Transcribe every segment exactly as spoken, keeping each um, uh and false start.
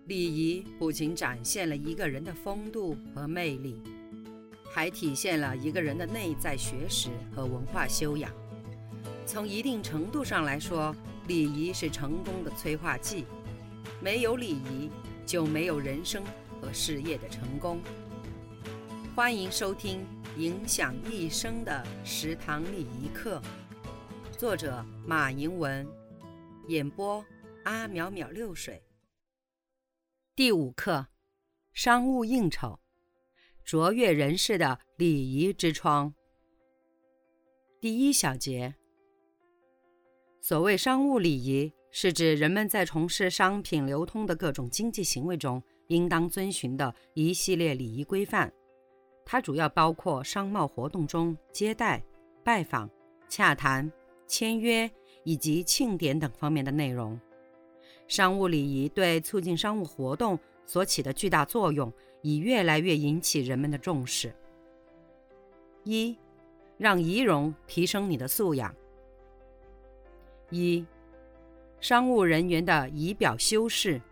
礼仪不仅展现了一个人的风度和魅力，还体现了一个人的内在学识和文化修养。从一定程度上来说，礼仪是成功的催化剂，没有礼仪就没有人生和事业的成功。欢迎收听影响一生的十堂礼仪课，作者马迎文，演播阿淼淼六水。第五课，商务应酬，卓越人士的礼仪之窗。第一小节，所谓商务礼仪，是指人们在从事商品流通的各种经济行为中应当遵循的一系列礼仪规范。它主要包括商贸活动中接待、拜访、洽谈、签约以及庆典等方面的内容。商务礼仪对促进商务活动所起的巨大作用，已越来越引起人们的重视。一、让仪容提升你的素养。一、商务人员的仪表修饰。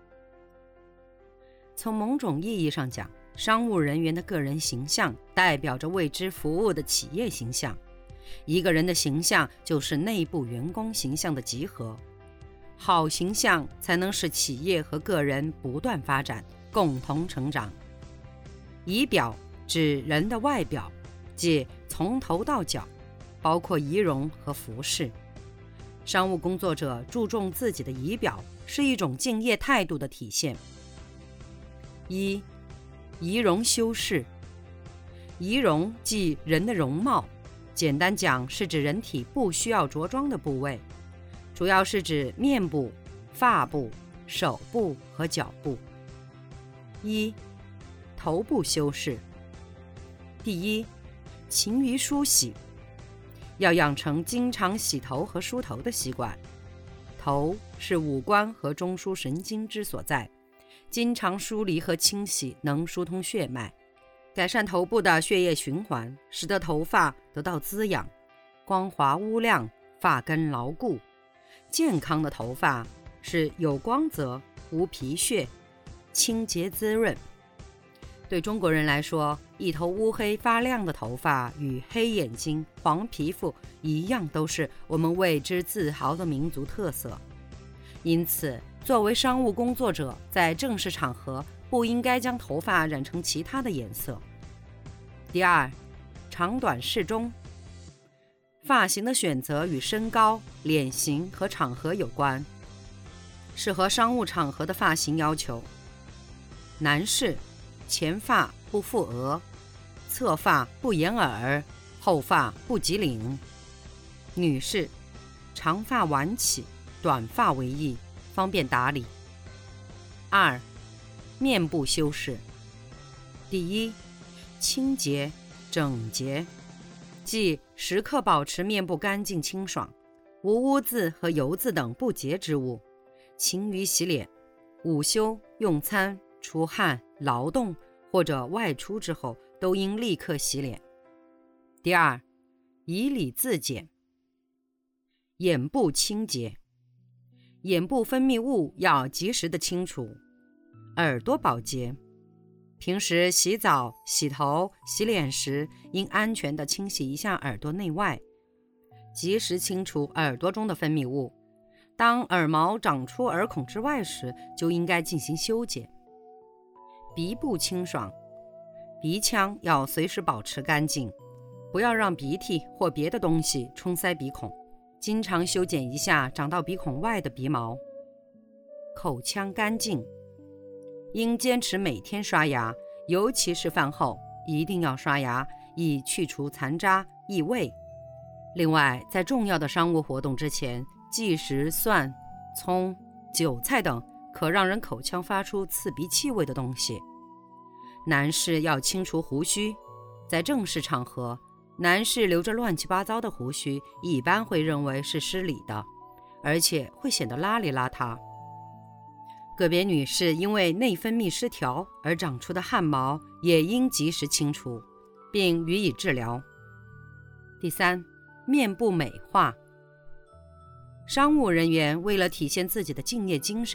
从某种意义上讲，商务人员的个人形象代表着为之服务的企业形象。一个人的形象就是内部员工形象的集合，好形象才能使企业和个人不断发展，共同成长。仪表指人的外表，即从头到脚，包括仪容和服饰。商务工作者注重自己的仪表，是一种敬业态度的体现。一、仪容修饰。仪容即人的容貌，简单讲是指人体不需要着装的部位，主要是指面部、发部、手部和脚部。一、头部修饰。第一，勤于梳洗，要养成经常洗头和梳头的习惯。头是五官和中枢神经之所在，经常梳理和清洗能疏通血脉，改善头部的血液循环，使得头发得到滋养，光滑乌亮，发根牢固。健康的头发是有光泽、无皮屑、清洁滋润。对中国人来说，一头乌黑发亮的头发与黑眼睛、黄皮肤一样，都是我们为之自豪的民族特色。因此，作为商务工作者，在正式场合不应该将头发染成其他的颜色。第二，长短适中。发型的选择与身高、脸型和场合有关，适合商务场合的发型要求。男士，前发不覆额，侧发不掩耳，后发不及领。女士，长发晚起，短发为宜，方便打理。二、面部修饰。第一，清洁整洁，即时刻保持面部干净清爽，无污渍和油渍等不洁之物，勤于洗脸。午休、用餐、出汗、劳动或者外出之后，都应立刻洗脸。第二，以礼自检。眼部清洁，眼部分泌物要及时的清除。耳朵保洁，平时洗澡、洗头、洗脸时，应安全地清洗一下耳朵内外，及时清除耳朵中的分泌物。当耳毛长出耳孔之外时，就应该进行修剪。鼻部清爽，鼻腔要随时保持干净，不要让鼻涕或别的东西冲塞鼻孔，经常修剪一下长到鼻孔外的鼻毛。口腔干净，应坚持每天刷牙，尤其是饭后一定要刷牙，以去除残渣、异味。另外，在重要的商务活动之前，忌食蒜、葱、韭菜等可让人口腔发出刺鼻气味的东西。男士要清除胡须，在正式场合，男士留着乱七八糟的胡须，一般会认为是失礼的，而且会显得邋里邋遢。个别女士因为内分泌失调而长出的汗毛，也应及时清除，并予以治疗。第三，面部美化。商务人员为了体现自己的敬业精神，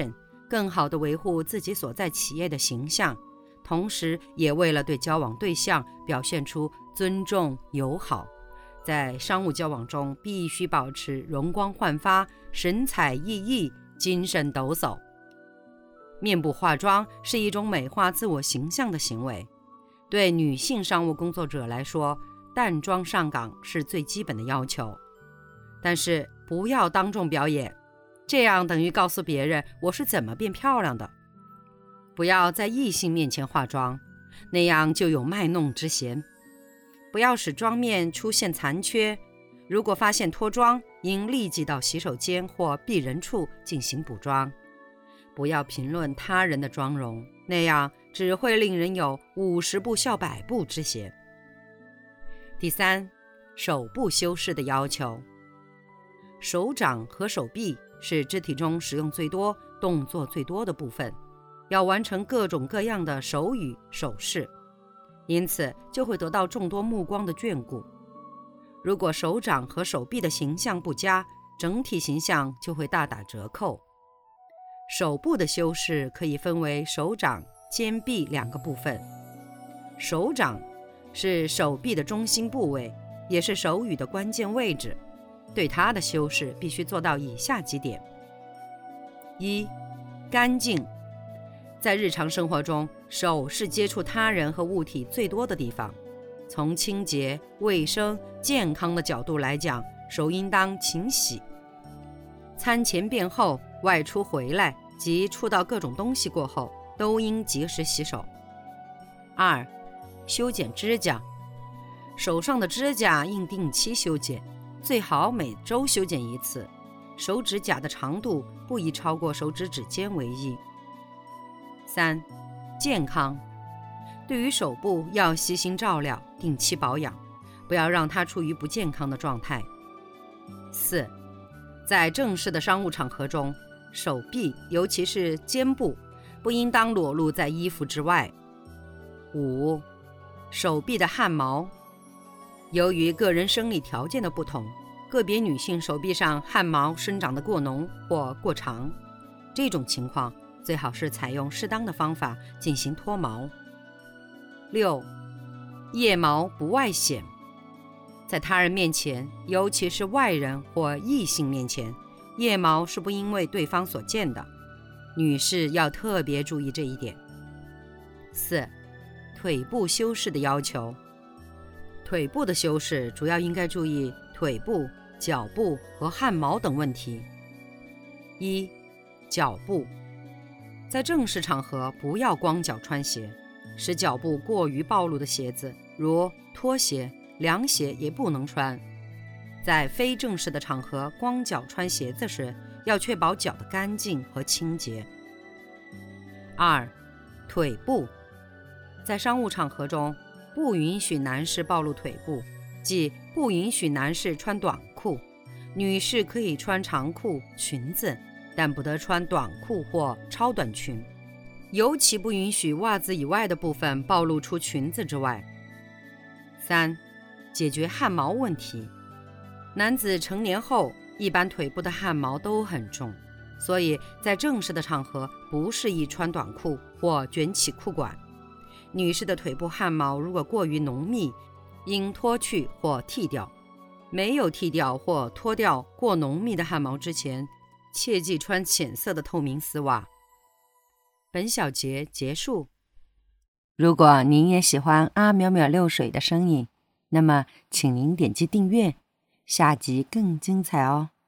更好地维护自己所在企业的形象，同时也为了对交往对象表现出尊重友好，在商务交往中必须保持容光焕发、神采奕奕、精神抖擞。面部化妆是一种美化自我形象的行为，对女性商务工作者来说，淡妆上岗是最基本的要求。但是不要当众表演，这样等于告诉别人我是怎么变漂亮的。不要在异性面前化妆，那样就有卖弄之嫌。不要使妆面出现残缺，如果发现脱妆，应立即到洗手间或避人处进行补妆。不要评论他人的妆容，那样只会令人有五十步笑百步之嫌。第三，手部修饰的要求。手掌和手臂是肢体中使用最多、动作最多的部分，要完成各种各样的手语手势，因此就会得到众多目光的眷顾。如果手掌和手臂的形象不佳，整体形象就会大打折扣。手部的修饰可以分为手掌、肩臂两个部分。手掌是手臂的中心部位，也是手语的关键位置，对它的修饰必须做到以下几点：一、干净。在日常生活中，手是接触他人和物体最多的地方。从清洁、卫生、健康的角度来讲，手应当勤洗。餐前便后、外出回来及触到各种东西过后，都应及时洗手。二、修剪指甲。手上的指甲应定期修剪，最好每周修剪一次。手指甲的长度不宜超过手指指尖为宜。三、健康。对于手部要悉心照料，定期保养，不要让它处于不健康的状态。四、在正式的商务场合中，手臂尤其是肩部不应当裸露在衣服之外。五、手臂的汗毛。由于个人生理条件的不同，个别女性手臂上汗毛生长得过浓或过长，这种情况最好是采用适当的方法进行脱毛。六、腋毛不外显。在他人面前，尤其是外人或异性面前，腋毛是不应为对方所见的，女士要特别注意这一点。四、腿部修饰的要求。腿部的修饰主要应该注意腿部、脚部和汗毛等问题。一、脚部。在正式场合不要光脚穿鞋，使脚部过于暴露的鞋子，如拖鞋、凉鞋也不能穿。在非正式的场合光脚穿鞋子时，要确保脚的干净和清洁。二、腿部。在商务场合中，不允许男士暴露腿部，即不允许男士穿短裤，女士可以穿长裤、裙子，但不得穿短裤或超短裙，尤其不允许袜子以外的部分暴露出裙子之外。三、解决汗毛问题。男子成年后，一般腿部的汗毛都很重，所以在正式的场合不适宜穿短裤或卷起裤管。女士的腿部汗毛如果过于浓密，应脱去或剃掉。没有剃掉或脱掉过浓密的汗毛之前，切忌穿浅色的透明丝袜。本小节结束。如果您也喜欢阿淼淼流水的声音，那么请您点击订阅，下集更精彩哦。